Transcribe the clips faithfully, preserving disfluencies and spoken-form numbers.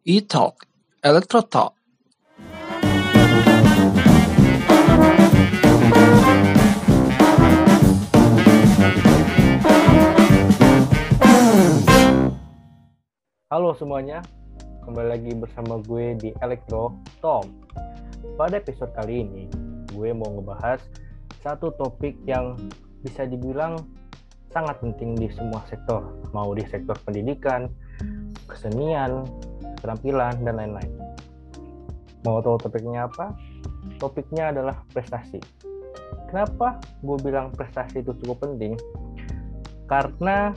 E-Talk, Electro Talk. Halo semuanya, kembali lagi bersama gue di Electro Talk. Pada episode kali ini, gue mau ngebahas satu topik yang bisa dibilang sangat penting di semua sektor, mau di sektor pendidikan, kesenian, keterampilan, dan lain-lain. Mau tahu topiknya apa? Topiknya adalah prestasi. Kenapa gue bilang prestasi itu cukup penting? Karena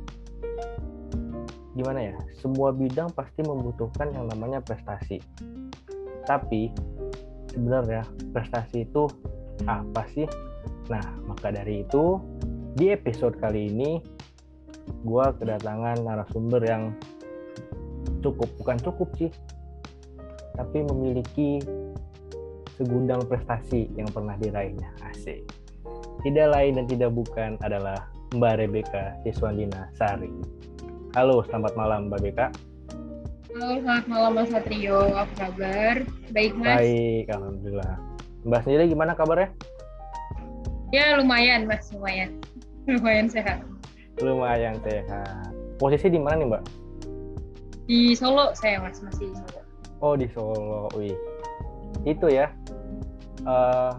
gimana ya, semua bidang pasti membutuhkan yang namanya prestasi. Tapi sebenarnya prestasi itu apa sih? Nah, maka dari itu di episode kali ini gue kedatangan narasumber yang cukup, bukan cukup sih, tapi memiliki segudang prestasi yang pernah diraihnya. Asik. Tidak lain dan tidak bukan adalah Mbak Rebecca Siswandina Sari. Halo, selamat malam Mbak Beka. Halo, selamat malam Mas Satrio. Apa kabar? Baik, Mas? Baik, alhamdulillah. Mbak sendiri gimana kabarnya? Ya, lumayan, Mas. Lumayan. Lumayan sehat. Lumayan sehat. Posisi di mana nih, Mbak? Di Solo saya, Mas. Masih di Solo. Oh, di Solo. Wih. Itu ya. Uh,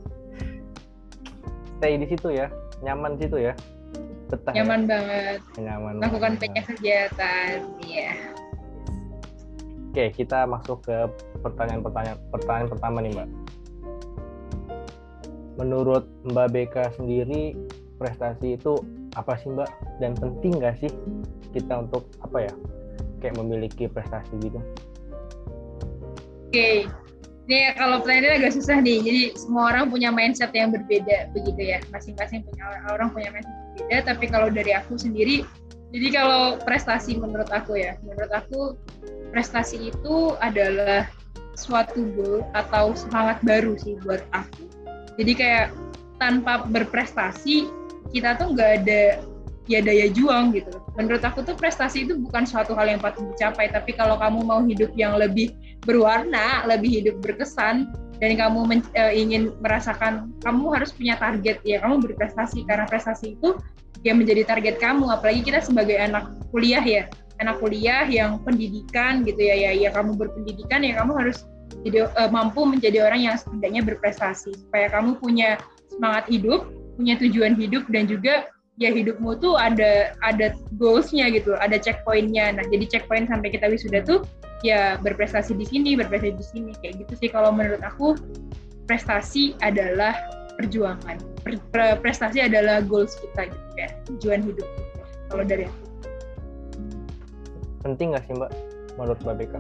stay di situ ya. Nyaman di situ ya. Betah nyaman ya? banget. Nyaman Lakukan banget. banyak kegiatan. Iya. Oke, kita masuk ke pertanyaan-pertanyaan pertanyaan pertama nih, Mbak. Menurut Mbak Beka sendiri, prestasi itu apa sih, Mbak? Dan penting nggak sih kita untuk apa ya, kayak memiliki prestasi gitu? Oke. Ini kalau pertanyaannya agak susah nih. Jadi semua orang punya mindset yang berbeda begitu ya. Masing-masing punya orang punya mindset berbeda. Tapi kalau dari aku sendiri, jadi kalau prestasi menurut aku ya, menurut aku prestasi itu adalah suatu goal atau semangat baru sih buat aku. Jadi kayak tanpa berprestasi kita tuh nggak ada ya daya juang gitu. Menurut aku tuh prestasi itu bukan suatu hal yang patut dicapai, tapi kalau kamu mau hidup yang lebih berwarna, lebih hidup berkesan, dan kamu men- e, ingin merasakan, kamu harus punya target ya, kamu berprestasi, karena prestasi itu ya menjadi target kamu. Apalagi kita sebagai anak kuliah ya, anak kuliah yang pendidikan gitu ya, ya, ya kamu berpendidikan ya kamu harus jadi, e, mampu menjadi orang yang setidaknya berprestasi, supaya kamu punya semangat hidup, punya tujuan hidup, dan juga ya hidupmu tuh ada ada goals-nya gitu, ada checkpoint-nya. Nah, jadi checkpoint sampai kita wisuda tuh ya berprestasi di sini, berprestasi di sini, kayak gitu sih. Kalau menurut aku prestasi adalah perjuangan, Pre- pre- prestasi adalah goals kita gitu ya, tujuan hidup kita. Kalau dari aku. Penting nggak sih, Mbak, menurut Mbak Beka?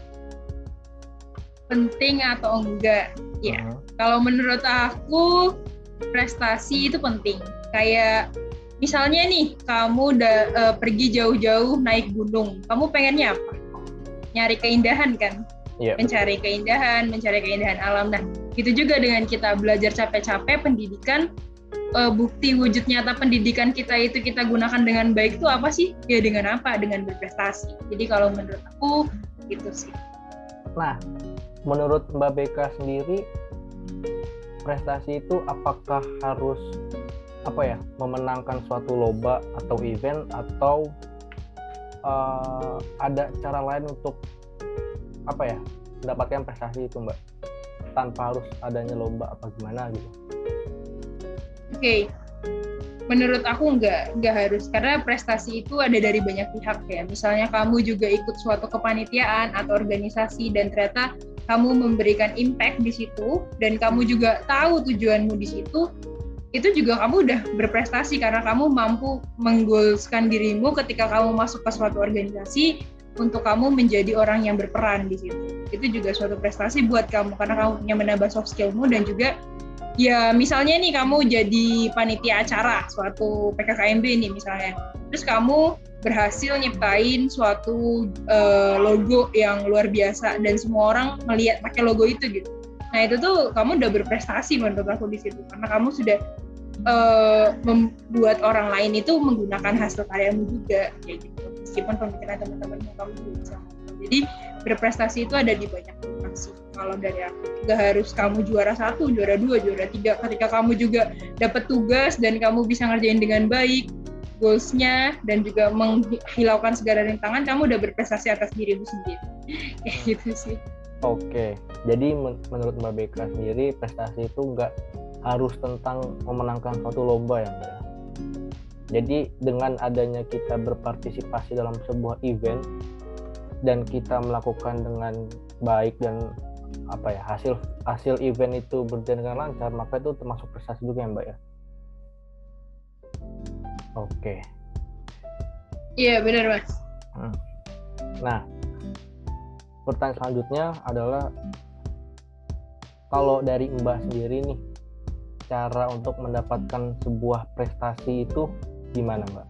Penting atau enggak? Ya, Uh-huh. kalau menurut aku prestasi itu penting. Kayak misalnya nih, kamu udah uh, pergi jauh-jauh naik gunung, kamu pengennya apa? Nyari keindahan kan? Yeah. Mencari keindahan, mencari keindahan alam. Nah, gitu juga dengan kita belajar capek-capek pendidikan, uh, bukti wujud nyata pendidikan kita itu kita gunakan dengan baik itu apa sih? Ya dengan apa? Dengan berprestasi. Jadi kalau menurut aku, gitu sih. Nah, menurut Mbak Beka sendiri, prestasi itu apakah harus apa ya, memenangkan suatu lomba atau event, atau uh, ada cara lain untuk apa ya, mendapatkan prestasi itu, Mbak, tanpa harus adanya lomba apa gimana gitu? Oke, okay. Menurut aku enggak, enggak harus, karena prestasi itu ada dari banyak pihak ya. Misalnya kamu juga ikut suatu kepanitiaan atau organisasi dan ternyata kamu memberikan impact di situ dan kamu juga tahu tujuanmu di situ, itu juga kamu udah berprestasi karena kamu mampu menggolskan dirimu ketika kamu masuk ke suatu organisasi untuk kamu menjadi orang yang berperan di situ. Itu juga suatu prestasi buat kamu karena kamu punya menambah soft skillmu, dan juga ya misalnya nih kamu jadi panitia acara suatu P K K M B nih misalnya, terus kamu berhasil nyiptain suatu uh, logo yang luar biasa dan semua orang melihat pakai logo itu gitu. Nah itu tuh kamu udah berprestasi menurut aku di situ, karena kamu sudah uh, membuat orang lain itu menggunakan hasil karyamu juga kayak gitu. Meskipun pemikiran teman-teman kamu juga bisa. Jadi berprestasi itu ada di banyak dimensi. Kalau dari aku, nggak harus kamu juara satu, juara dua, juara tiga. Ketika kamu juga dapat tugas dan kamu bisa ngerjain dengan baik goals-nya dan juga menghilaukan segala rintangan, kamu udah berprestasi atas dirimu sendiri. Kayak gitu sih. Oke, jadi men- menurut Mbak Beka sendiri prestasi itu nggak harus tentang memenangkan suatu lomba ya Mbak ya? Jadi dengan adanya kita berpartisipasi dalam sebuah event dan kita melakukan dengan baik dan apa ya hasil hasil event itu berjalan dengan lancar, maka itu termasuk prestasi juga ya Mbak ya? Oke. Iya benar Mas. Hmm. Nah, pertanyaan selanjutnya adalah kalau dari Mbak sendiri nih, cara untuk mendapatkan sebuah prestasi itu gimana Mbak?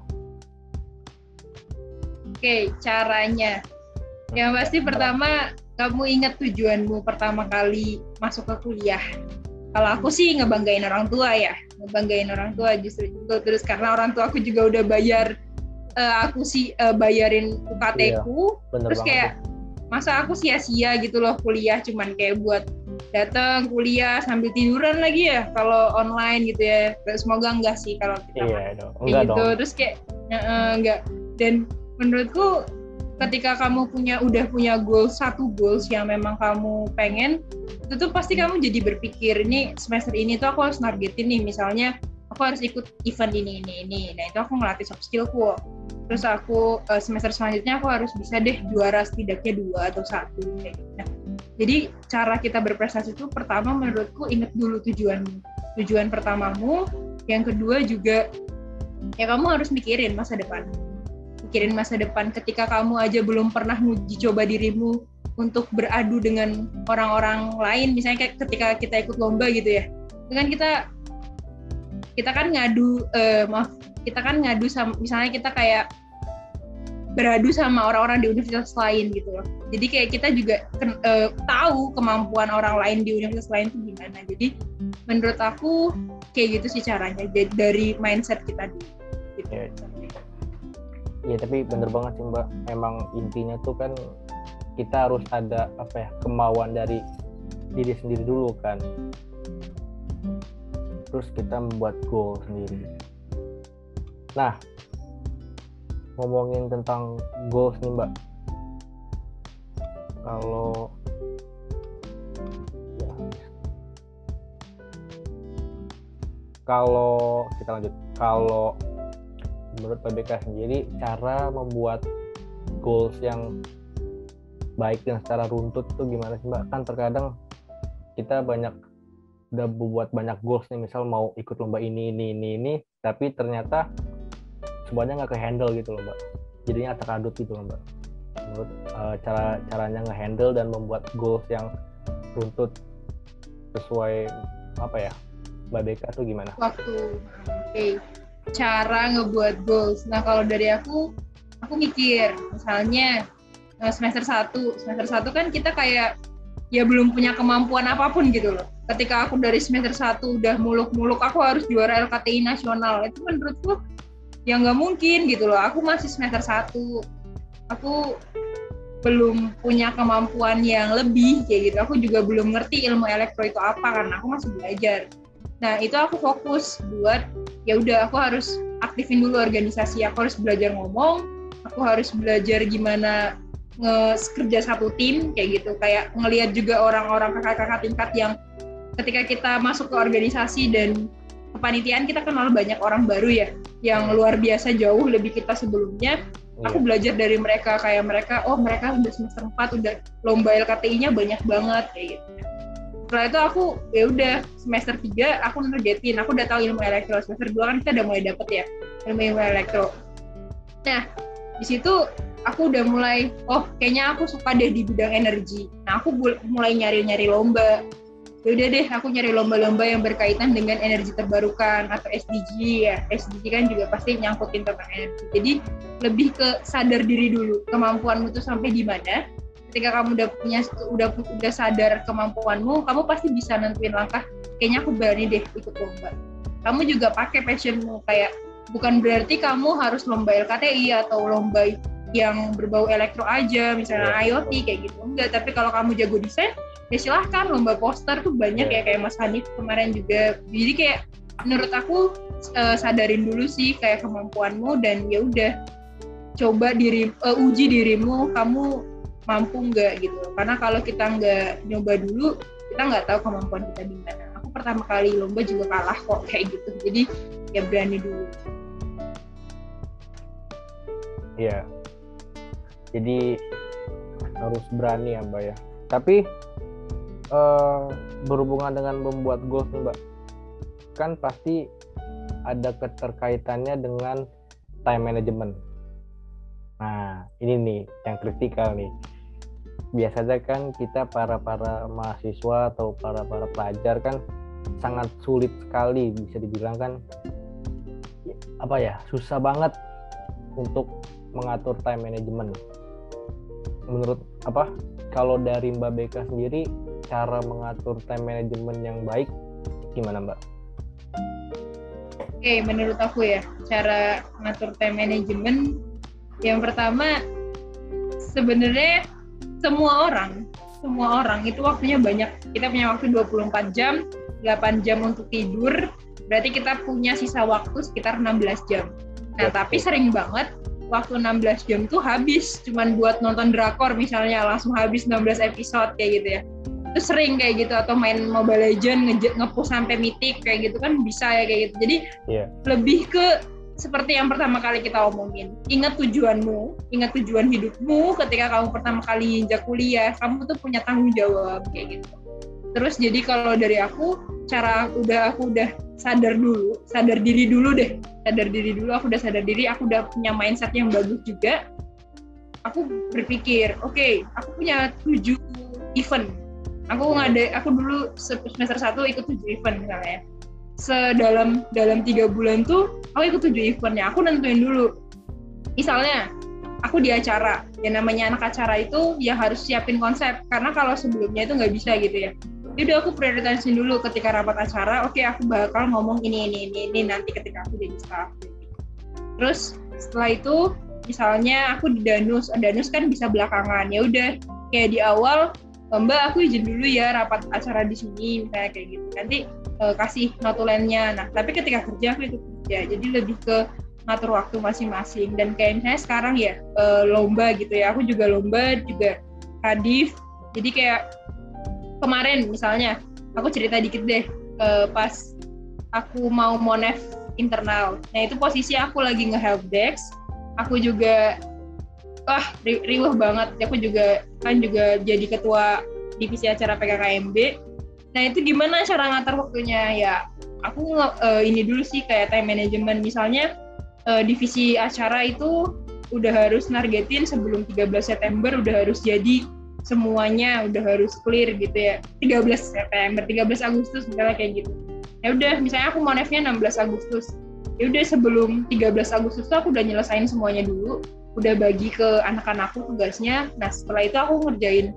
Oke, caranya. Yang pasti pertama kamu ingat tujuanmu pertama kali masuk ke kuliah. Kalau aku sih ngebanggain orang tua ya, ngebanggain orang tua justru itu. Terus karena orang tua aku juga udah bayar, uh, aku sih uh, bayarin U K T-ku, iya, terus kayak banget. Masa aku sia-sia gitu loh kuliah cuman kayak buat datang kuliah sambil tiduran lagi ya kalau online gitu ya. Semoga enggak sih kalau kita iya, dong. Kayak Enggak gitu. Dong. Terus kayak uh, enggak. Dan menurutku ketika kamu punya udah punya goals satu goals yang memang kamu pengen, itu tuh pasti kamu jadi berpikir ini semester ini tuh aku harus nargetin nih, misalnya aku harus ikut event ini ini ini. Nah itu aku ngelatih soft skillku. Terus aku semester selanjutnya aku harus bisa deh juara setidaknya dua atau satu kayak gitu. Nah, jadi cara kita berprestasi itu pertama menurutku ingat dulu tujuanmu, tujuan pertamamu. Yang kedua juga ya kamu harus mikirin masa depan. Mikirin masa depan ketika kamu aja belum pernah nguji coba dirimu untuk beradu dengan orang-orang lain, misalnya kayak ketika kita ikut lomba gitu ya, itu kan kita kita kan ngadu eh, maaf kita kan ngadu sama, misalnya kita kayak beradu sama orang-orang di universitas lain gitu loh. Jadi kayak kita juga ken, eh, tahu kemampuan orang lain di universitas lain itu gimana. Jadi menurut aku kayak gitu sih caranya, dari mindset kita dulu gitu. Yeah. Iya tapi bener banget sih Mbak, emang intinya tuh kan kita harus ada apa ya kemauan dari diri sendiri dulu kan, terus kita membuat goal sendiri. Nah, ngomongin tentang goals nih Mbak, kalau ya, kalau kita lanjut, kalau menurut P B K sendiri cara membuat goals yang baik dan secara runtut itu gimana sih Mbak? Kan terkadang kita banyak udah buat banyak goals nih, misal mau ikut lomba ini ini ini ini, tapi ternyata semuanya nggak ke-handle gitu loh Mbak. Jadinya acak-adut gitu loh Mbak. Menurut uh, cara caranya nge-handle dan membuat goals yang runtut sesuai apa ya Mbak Beka tuh gimana? Waktu, oke. Okay. Cara ngebuat goals. Nah kalau dari aku, aku mikir, misalnya semester satu, semester satu kan kita kayak ya belum punya kemampuan apapun gitu loh. Ketika aku dari semester satu udah muluk-muluk, aku harus juara L K T I nasional. Itu menurutku ya nggak mungkin gitu loh. Aku masih semester satu, aku belum punya kemampuan yang lebih kayak gitu. Aku juga belum ngerti ilmu elektro itu apa karena aku masih belajar. Nah itu aku fokus buat ya udah aku harus aktifin dulu organisasi, aku harus belajar ngomong, aku harus belajar gimana nge-kerja satu tim kayak gitu, kayak ngelihat juga orang-orang kakak-kakak tingkat yang ketika kita masuk ke organisasi dan kepanitiaan kita kenal banyak orang baru ya, yang luar biasa jauh lebih kita sebelumnya. Aku belajar dari mereka, kayak mereka, oh mereka udah semester empat udah lomba L K T I-nya banyak banget kayak gitu. Setelah itu aku ya udah semester tiga aku nergetin, aku udah tahu ilmu elektro. Semester dua kan kita udah mulai dapet ya ilmu ilmu elektro. Nah di situ aku udah mulai, oh kayaknya aku suka deh di bidang energi. Nah aku mulai nyari-nyari lomba. Ya udah deh aku nyari lomba-lomba yang berkaitan dengan energi terbarukan atau S D G ya. S D G kan juga pasti nyangkutin tentang energi. Jadi lebih ke sadar diri dulu, kemampuanmu tuh sampai di mana. Ketika kamu udah punya udah udah sadar kemampuanmu, kamu pasti bisa nentuin langkah. Kayaknya aku berani deh ikut lomba. kamu juga pakai passionmu. Kayak bukan berarti kamu harus lomba L K T I atau lomba yang berbau elektro aja, misalnya yeah. I O T kayak gitu. Enggak, tapi kalau kamu jago desain, ya silahkan lomba poster tuh banyak yeah. ya, kayak Mas Hanif kemarin juga. Jadi kayak menurut aku uh, sadarin dulu sih kayak kemampuanmu, dan ya udah coba diri uh, uji dirimu, kamu mampu nggak gitu. Karena kalau kita nggak nyoba dulu, kita nggak tahu kemampuan kita di mana. Aku pertama kali lomba juga kalah kok kayak gitu. Jadi ya berani dulu. Iya. Jadi harus berani ya Mbak ya. Tapi uh, berhubungan dengan membuat goals nih Mbak, kan pasti ada keterkaitannya dengan time management. Nah ini nih yang kritikal nih. Biasanya kan kita para para mahasiswa atau para para pelajar kan sangat sulit sekali, bisa dibilang kan apa ya, susah banget untuk mengatur time management. Menurut apa kalau dari Mbak Beka sendiri, cara mengatur time management yang baik gimana Mbak? Oke, menurut aku ya, cara mengatur time management yang pertama, sebenarnya semua orang, semua orang itu waktunya banyak. Kita punya waktu dua puluh empat jam, delapan jam untuk tidur, berarti kita punya sisa waktu sekitar enam belas jam. Nah, tapi sering banget waktu enam belas jam tuh habis cuman buat nonton drakor misalnya, langsung habis enam belas episode kayak gitu ya. Itu sering kayak gitu, atau main Mobile Legends nge- nge-push sampai mythic kayak gitu kan bisa ya kayak gitu. Jadi yeah. lebih ke seperti yang pertama kali kita omongin, ingat tujuanmu, ingat tujuan hidupmu ketika kamu pertama kali injak kuliah, kamu tuh punya tanggung jawab kayak gitu. Terus jadi kalau dari aku, cara udah aku udah sadar dulu, sadar diri dulu deh, sadar diri dulu, aku udah sadar diri, aku udah punya mindset yang bagus juga. Aku berpikir, oke, okay, aku punya tujuh event. Aku ngade, aku dulu semester satu ikut tujuh event misalnya. Sedalam dalam tiga bulan tuh, aku ikut tujuh eventnya. Aku nentuin dulu. Misalnya, aku di acara, yang namanya anak acara itu ya harus siapin konsep, karena kalau sebelumnya itu nggak bisa gitu ya. Jadi aku prioritasin dulu ketika rapat acara, oke okay, aku bakal ngomong ini, ini, ini, ini nanti ketika aku jadi staff. Terus setelah itu, misalnya aku di Danus, Danus kan bisa belakangan, ya udah kayak di awal, Mbak aku izin dulu ya rapat acara di sini, misalnya kayak gitu. Nanti uh, kasih notulennya. Nah, tapi ketika kerja aku ikut kerja, jadi lebih ke ngatur waktu masing-masing. Dan kayak misalnya sekarang ya uh, lomba gitu ya, aku juga lomba, juga kadif. Jadi kayak kemarin misalnya, aku cerita dikit deh, uh, pas aku mau monef internal. Nah itu posisi aku lagi nge-help desk, aku juga wah ri- riuh banget. Aku juga kan juga jadi ketua divisi acara P K K M B. Nah itu gimana cara ngatur waktunya ya? Aku uh, ini dulu sih kayak time management. Misalnya uh, divisi acara itu udah harus nargetin sebelum tiga belas September udah harus jadi semuanya, udah harus clear gitu ya. tiga belas September, tiga belas Agustus misalnya kayak gitu. Ya udah, misalnya aku monefnya enam belas Agustus. Ya udah sebelum tiga belas Agustus tuh aku udah nyelesain semuanya dulu, udah bagi ke anak-anakku tugasnya. Nah, setelah itu aku ngerjain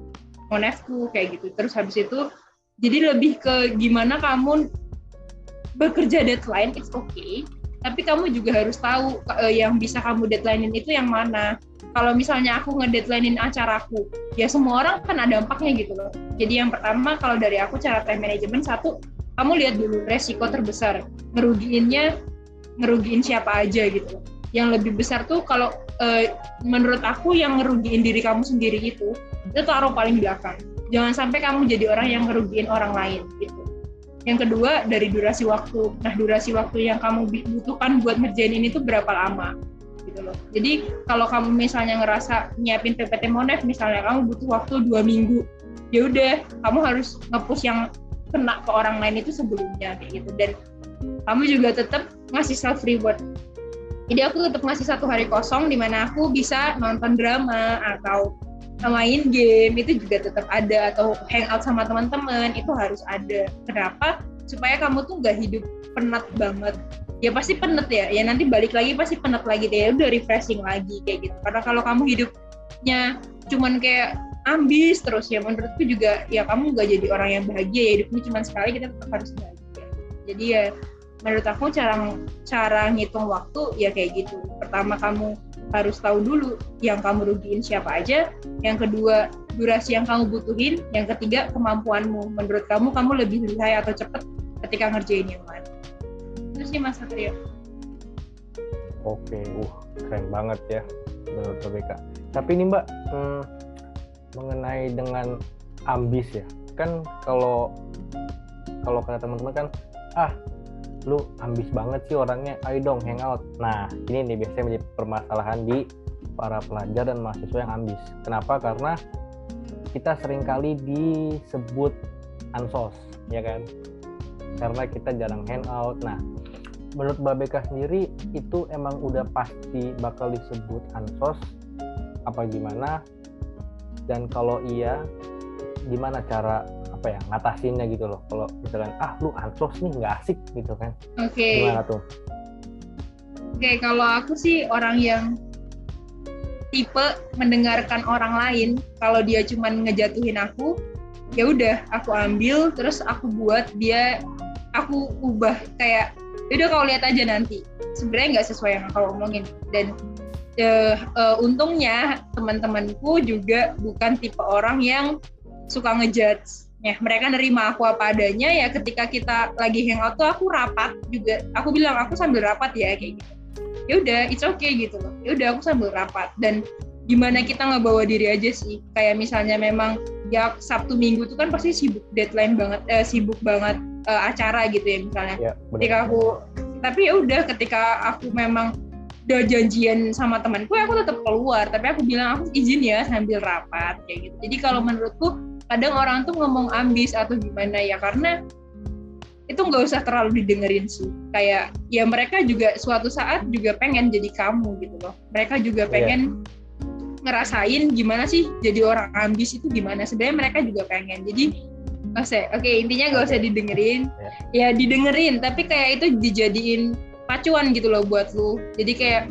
monefku kayak gitu. Terus habis itu jadi lebih ke gimana kamu bekerja deadline, it's okay. Tapi kamu juga harus tahu uh, yang bisa kamu deadline-in itu yang mana. Kalau misalnya aku nge-deadline-in acaraku, ya semua orang kan ada dampaknya gitu loh. Jadi yang pertama kalau dari aku cara time management, satu, kamu lihat dulu resiko terbesar. Ngerugiinnya, ngerugiin siapa aja gitu. Yang lebih besar tuh kalau e, menurut aku yang ngerugiin diri kamu sendiri itu, itu taruh paling belakang. Jangan sampai kamu jadi orang yang ngerugiin orang lain gitu. Yang kedua, dari durasi waktu. Nah, durasi waktu yang kamu butuhkan buat ngerjain ini tuh berapa lama? Gitu loh. Jadi kalau kamu misalnya ngerasa nyiapin P P T Monef misalnya kamu butuh waktu dua minggu, ya udah kamu harus nge-push yang kena ke orang lain itu sebelumnya kayak gitu. Dan kamu juga tetap ngasih self reward. Jadi aku tetap ngasih satu hari kosong di mana aku bisa nonton drama atau main game, itu juga tetap ada, atau hangout sama teman-teman itu harus ada. Kenapa? Supaya kamu tuh nggak hidup penat banget. Ya pasti penat ya, ya nanti balik lagi pasti penat lagi deh, udah refreshing lagi kayak gitu. Karena kalau kamu hidupnya cuman kayak ambis terus ya, menurutku juga ya kamu nggak jadi orang yang bahagia ya, hidupnya cuma sekali, kita tetap harus bahagia. Jadi ya menurut aku cara cara ngitung waktu ya kayak gitu. Pertama kamu harus tahu dulu yang kamu rugiin siapa aja, yang kedua durasi yang kamu butuhin, yang ketiga kemampuanmu. Menurut kamu kamu lebih lihai atau cepet ketika ngerjain yang mana? Itu sih Mas Satrio. Oke, uh keren banget ya menurut B K. Tapi ini Mbak, hmm, mengenai dengan ambis ya, kan kalau kalau kata teman-teman kan, ah lu ambis banget sih orangnya, ayo dong hangout. Nah ini nih biasanya menjadi permasalahan di para pelajar dan mahasiswa yang ambis. Kenapa? Karena kita seringkali disebut ansos, ya kan? Karena kita jarang hangout. Nah, menurut Mbak Beka sendiri itu emang udah pasti bakal disebut ansos apa gimana? Dan kalau iya, gimana cara apa ya ngatasinnya gitu loh? Kalau misalkan ah lu ansos nih nggak asik gitu kan? Oke. Okay. Gimana tuh? Oke, okay, kalau aku sih orang yang tipe mendengarkan orang lain. Kalau dia cuma ngejatuhin aku, ya udah aku ambil terus aku buat dia, aku ubah kayak udah kau lihat aja nanti. Sebenarnya nggak sesuai yang kau omongin. Dan uh, uh, untungnya teman-temanku juga bukan tipe orang yang suka ngejudge. Ya, mereka nerima aku apa adanya. Ya ketika kita lagi hangout tuh aku rapat juga. Aku bilang aku sambil rapat ya kayak gitu. Ya udah, it's okay gitu loh. Ya udah aku sambil rapat. Dan gimana kita ngebawa diri aja sih. Kayak misalnya memang ya Sabtu Minggu tuh kan pasti sibuk deadline banget, eh, sibuk banget uh, acara gitu ya misalnya. Ya, ketika aku, tapi ya udah ketika aku memang udah janjian sama temanku, aku tetap keluar. Tapi aku bilang aku izin ya sambil rapat kayak gitu. Jadi kalau menurutku kadang orang tuh ngomong ambis atau gimana ya karena itu nggak usah terlalu didengerin sih. Kayak ya mereka juga suatu saat juga pengen jadi kamu gitu loh. Mereka juga pengen yeah. ngerasain gimana sih jadi orang ambis itu gimana. Sebenarnya mereka juga pengen. Jadi oke, okay, okay, intinya nggak okay. usah didengerin. Yeah. Ya didengerin, tapi kayak itu dijadiin pacuan gitu loh buat lu. Jadi kayak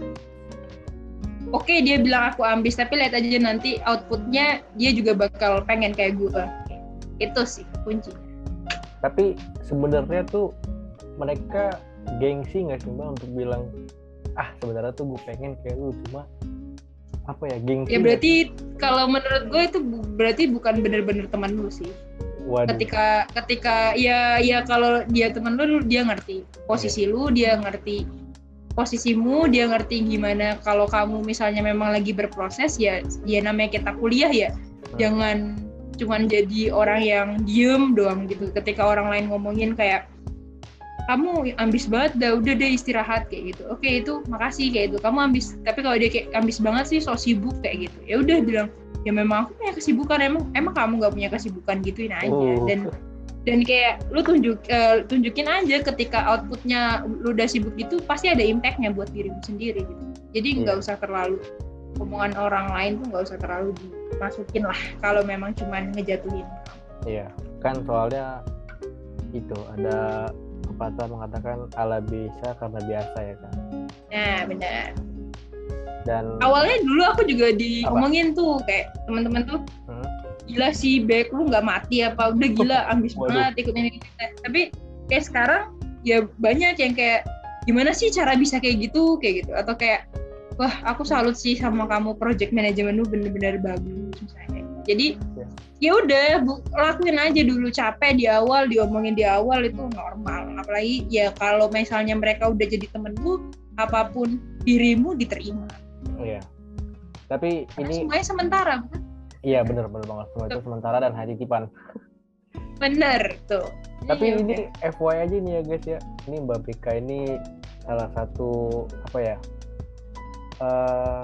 oke okay, dia bilang aku ambis, tapi lihat aja nanti outputnya dia juga bakal pengen kayak gue. Itu sih kuncinya. Tapi sebenarnya tuh mereka gengsi nggak sih Mbak untuk bilang ah sebenarnya tuh gue pengen kayak lu, cuma apa ya gengsi? Ya berarti kalau menurut gue itu berarti bukan bener-bener teman lu sih. Waduh. Ketika ketika ya ya kalau dia teman lu dia ngerti posisi yeah. lu, dia ngerti posisimu, dia ngerti gimana kalau kamu misalnya memang lagi berproses ya ya namanya kita kuliah ya. Hmm. Jangan cuman jadi orang yang diem doang gitu. Ketika orang lain ngomongin kayak kamu ambis banget, dah udah deh istirahat kayak gitu. Oke itu makasih kayak itu. Kamu ambis, tapi kalau dia kayak ambis banget sih, so sibuk kayak gitu. Ya udah bilang ya memang aku punya kesibukan, emang emang kamu nggak punya kesibukan gituin aja. Oh. Dan dan kayak lu tunjuk uh, tunjukin aja ketika outputnya lu udah sibuk gitu pasti ada impactnya buat dirimu sendiri gitu. Jadi nggak yeah. usah terlalu omongan orang lain tuh nggak usah terlalu dimasukin lah kalau memang cuman ngejatuhin. Iya, kan soalnya itu ada pepatah mengatakan ala bisa karena biasa ya kan. Nah benar. Dan awalnya dulu aku juga diomongin tuh kayak teman-teman tuh hmm? gila sih Bek, lu nggak mati apa udah gila ambis banget ikut ini. Tapi kayak sekarang ya banyak yang kayak gimana sih cara bisa kayak gitu kayak gitu atau kayak wah aku salut sih sama kamu, project management lu bener-bener bagus misalnya. Jadi ya udah lakuin aja dulu, capek di awal diomongin di awal itu normal. Apalagi ya kalau misalnya mereka udah jadi temen lu, apapun dirimu diterima. Iya. Tapi karena ini semuanya sementara, bukan? Iya bener bener banget, semua itu sementara dan titipan. Bener tuh. Tapi ya, ini okay. F Y I aja nih ya guys ya. Ini Mbak Beka ini salah satu apa ya? Uh,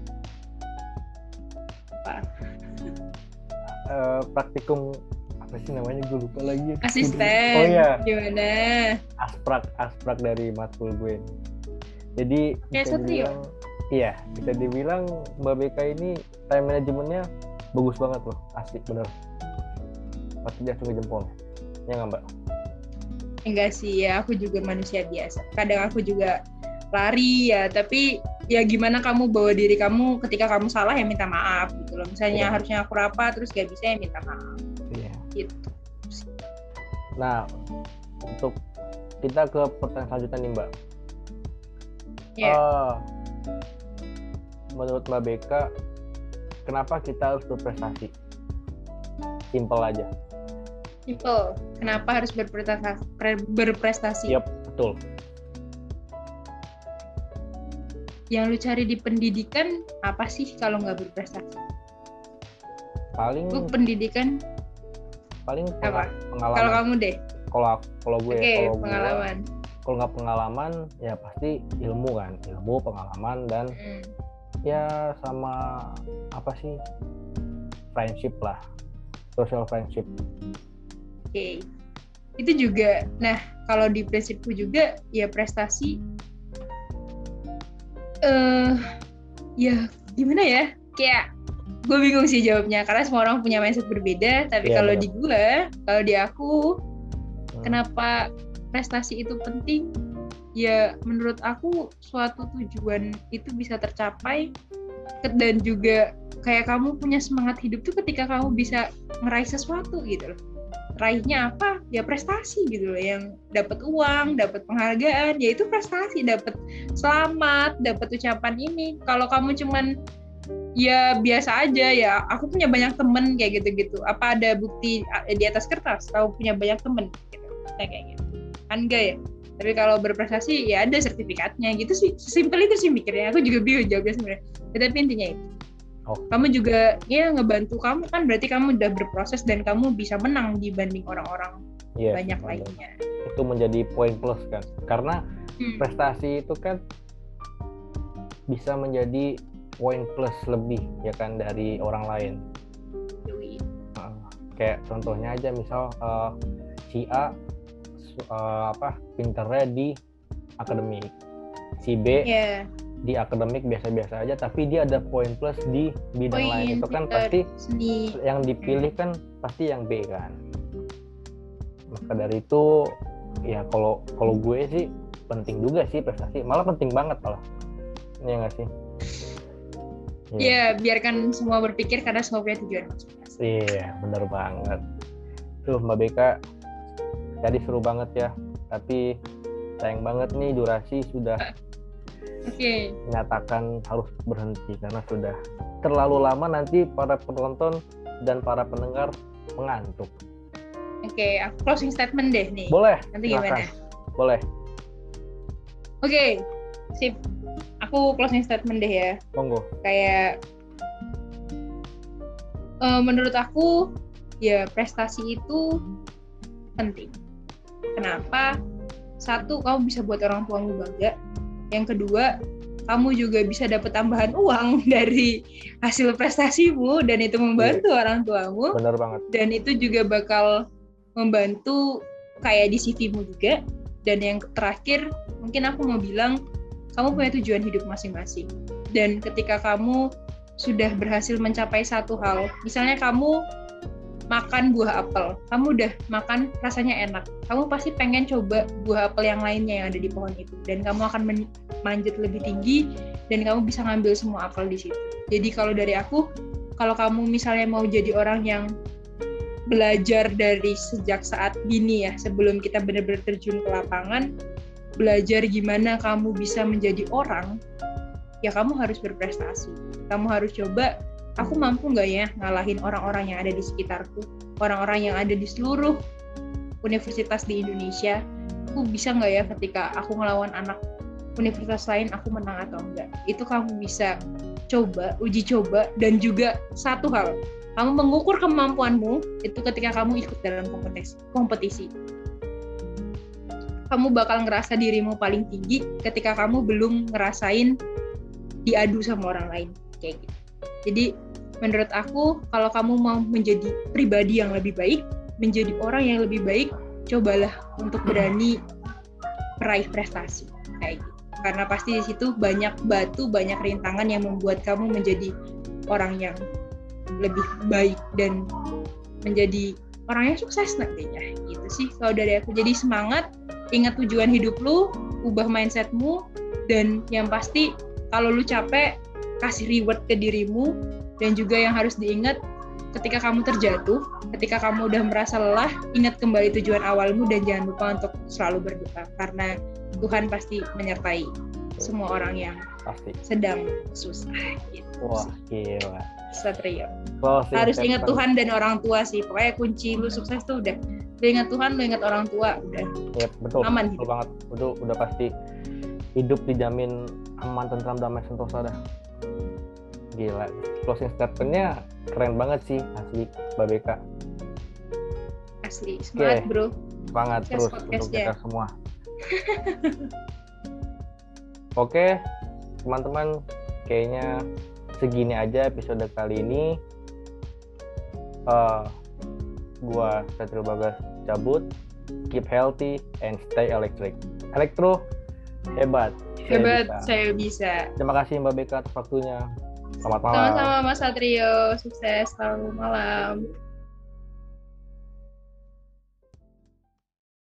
apa? Uh, praktikum apa sih namanya gue lupa lagi. Asisten. Oh iya. Gimana? Asprak asprak dari matkul gue. Jadi bisa dibilang, iya bisa dibilang Mbak Beka ini time manajemennya bagus banget loh, asli bener. Pasti dia langsung jempol. Ya nggak Mbak? Enggak sih ya, aku juga manusia biasa. Kadang aku juga lari ya, tapi ya gimana kamu bawa diri kamu ketika kamu salah ya minta maaf gitu loh. Misalnya ya. Harusnya aku rapat terus gak bisa ya minta maaf. Iya. Gitu. Nah, untuk kita ke pertanyaan selanjutnya nih Mbak. Ya. Uh, menurut Mbak Beka, kenapa kita harus berprestasi? Simple aja. Simple. Kenapa harus berprestasi? berprestasi? Yap, betul. Yang lu cari di pendidikan apa sih kalau nggak berprestasi? Paling Lu pendidikan paling apa? pengalaman. Kalau kamu deh. Kalau kalau gue, Oke, kalau pengalaman. gue, kalau nggak pengalaman ya pasti ilmu kan, ilmu, pengalaman dan Hmm. ya sama apa sih, friendship lah, social friendship. Oke, itu juga. Nah, kalau di prinsipku juga ya prestasi. Eh, uh, ya gimana ya? Kayak gue bingung sih jawabnya karena semua orang punya mindset berbeda. Tapi ya, kalau bener. di gue, kalau di aku, hmm. kenapa prestasi itu penting? Ya menurut aku suatu tujuan itu bisa tercapai dan juga kayak kamu punya semangat hidup tuh ketika kamu bisa ngeraih sesuatu gitu loh. Raihnya apa? Ya prestasi gitu loh, yang dapat uang, dapat penghargaan, ya itu prestasi, dapat selamat, dapat ucapan ini. Kalau kamu cuman ya biasa aja ya, aku punya banyak temen kayak gitu-gitu. Apa ada bukti di atas kertas? Tahu punya banyak temen gitu. Kayak gitu. Kan enggak ya? Tapi kalau berprestasi ya ada sertifikatnya gitu sih. Sesimpel itu sih mikirnya. Aku juga bingung jawabnya sebenarnya. Tapi intinya itu. Oh. Kamu juga ya ngebantu kamu kan berarti kamu udah berproses dan kamu bisa menang dibanding orang-orang yes, banyak betul. Lainnya. Itu menjadi poin plus kan. Karena hmm. prestasi itu kan bisa menjadi poin plus lebih ya kan dari orang lain. Uh, kayak contohnya aja misal uh, si A uh, apa pinternya di akademik, si B yeah. di akademik biasa-biasa aja tapi dia ada poin plus di bidang oh, lain itu kan pasti seni. Yang dipilih kan pasti yang B kan. Maka dari itu ya kalau kalau gue sih penting juga sih prestasi, malah penting banget malah. Iya nggak sih? Iya, yeah. yeah, biarkan semua berpikir karena semua punya tujuan. Iya, yeah, benar banget. Tuh Mbak Beka, tadi seru banget ya. Tapi sayang banget nih durasi sudah okay. menyatakan harus berhenti karena sudah terlalu lama, nanti para penonton dan para pendengar mengantuk. Oke, okay, aku closing statement deh nih. Boleh. Nanti gimana? Boleh. Oke, okay, sip. Aku closing statement deh ya. Monggo. Kayak uh, menurut aku ya prestasi itu penting. Kenapa? Satu, kamu bisa buat orang tuamu bangga. Yang kedua, kamu juga bisa dapat tambahan uang dari hasil prestasimu dan itu membantu yeah. orang tuamu. Benar banget. Dan itu juga bakal membantu kayak di C V-mu juga. Dan yang terakhir, mungkin aku mau bilang kamu punya tujuan hidup masing-masing. Dan ketika kamu sudah berhasil mencapai satu hal, misalnya kamu makan buah apel, kamu udah makan rasanya enak, kamu pasti pengen coba buah apel yang lainnya yang ada di pohon itu, dan kamu akan men- manjat lebih tinggi dan kamu bisa ngambil semua apel di situ. Jadi kalau dari aku, kalau kamu misalnya mau jadi orang yang belajar dari sejak saat dini ya, sebelum kita benar-benar terjun ke lapangan, belajar gimana kamu bisa menjadi orang, ya kamu harus berprestasi. Kamu harus coba, aku mampu nggak ya ngalahin orang-orang yang ada di sekitarku, orang-orang yang ada di seluruh universitas di Indonesia. Aku bisa nggak ya ketika aku ngelawan anak universitas lain, aku menang atau enggak. Itu kamu bisa coba, uji coba. Dan juga satu hal, kamu mengukur kemampuanmu itu ketika kamu ikut dalam kompetisi. kompetisi. Kamu bakal ngerasa dirimu paling tinggi ketika kamu belum ngerasain diadu sama orang lain. Kayak gitu. Jadi menurut aku, kalau kamu mau menjadi pribadi yang lebih baik, menjadi orang yang lebih baik, cobalah untuk berani meraih prestasi kayak gitu. Karena pasti di situ banyak batu, banyak rintangan yang membuat kamu menjadi orang yang lebih baik dan menjadi orang yang sukses nantinya. Gitu sih kalau dari aku. Jadi semangat, ingat tujuan hidup lu, ubah mindsetmu, dan yang pasti kalau lu capek, kasih reward ke dirimu. Dan juga yang harus diingat, ketika kamu terjatuh, ketika kamu udah merasa lelah, ingat kembali tujuan awalmu dan jangan lupa untuk selalu berdoa karena Tuhan pasti menyertai semua orang yang Pasti. sedang susah gitu. Wah, gila. Satrio. Closing Harus ingat statement. Tuhan dan orang tua sih. Pokoknya kunci lu sukses tuh udah lu ingat Tuhan, lu ingat orang tua, udah Yep, betul. aman Betul hidup. banget. Betul, udah pasti hidup dijamin aman, tentram, damai, sentosa dah. Gila. Closing statement-nya keren banget sih asli Mbak Beka. Asli. Semangat, Oke. Bro. Semangat Sukses terus untuk podcastnya. kita semua. Oke, teman-teman, kayaknya segini aja episode kali ini. Uh, gua Satrio Bagas cabut. Keep healthy and stay electric. Elektro hebat. Saya Hebat, bisa. saya bisa. Terima kasih Mbak Beka atas waktunya. Selamat malam. Sama-sama Mas Satrio, sukses selalu malam.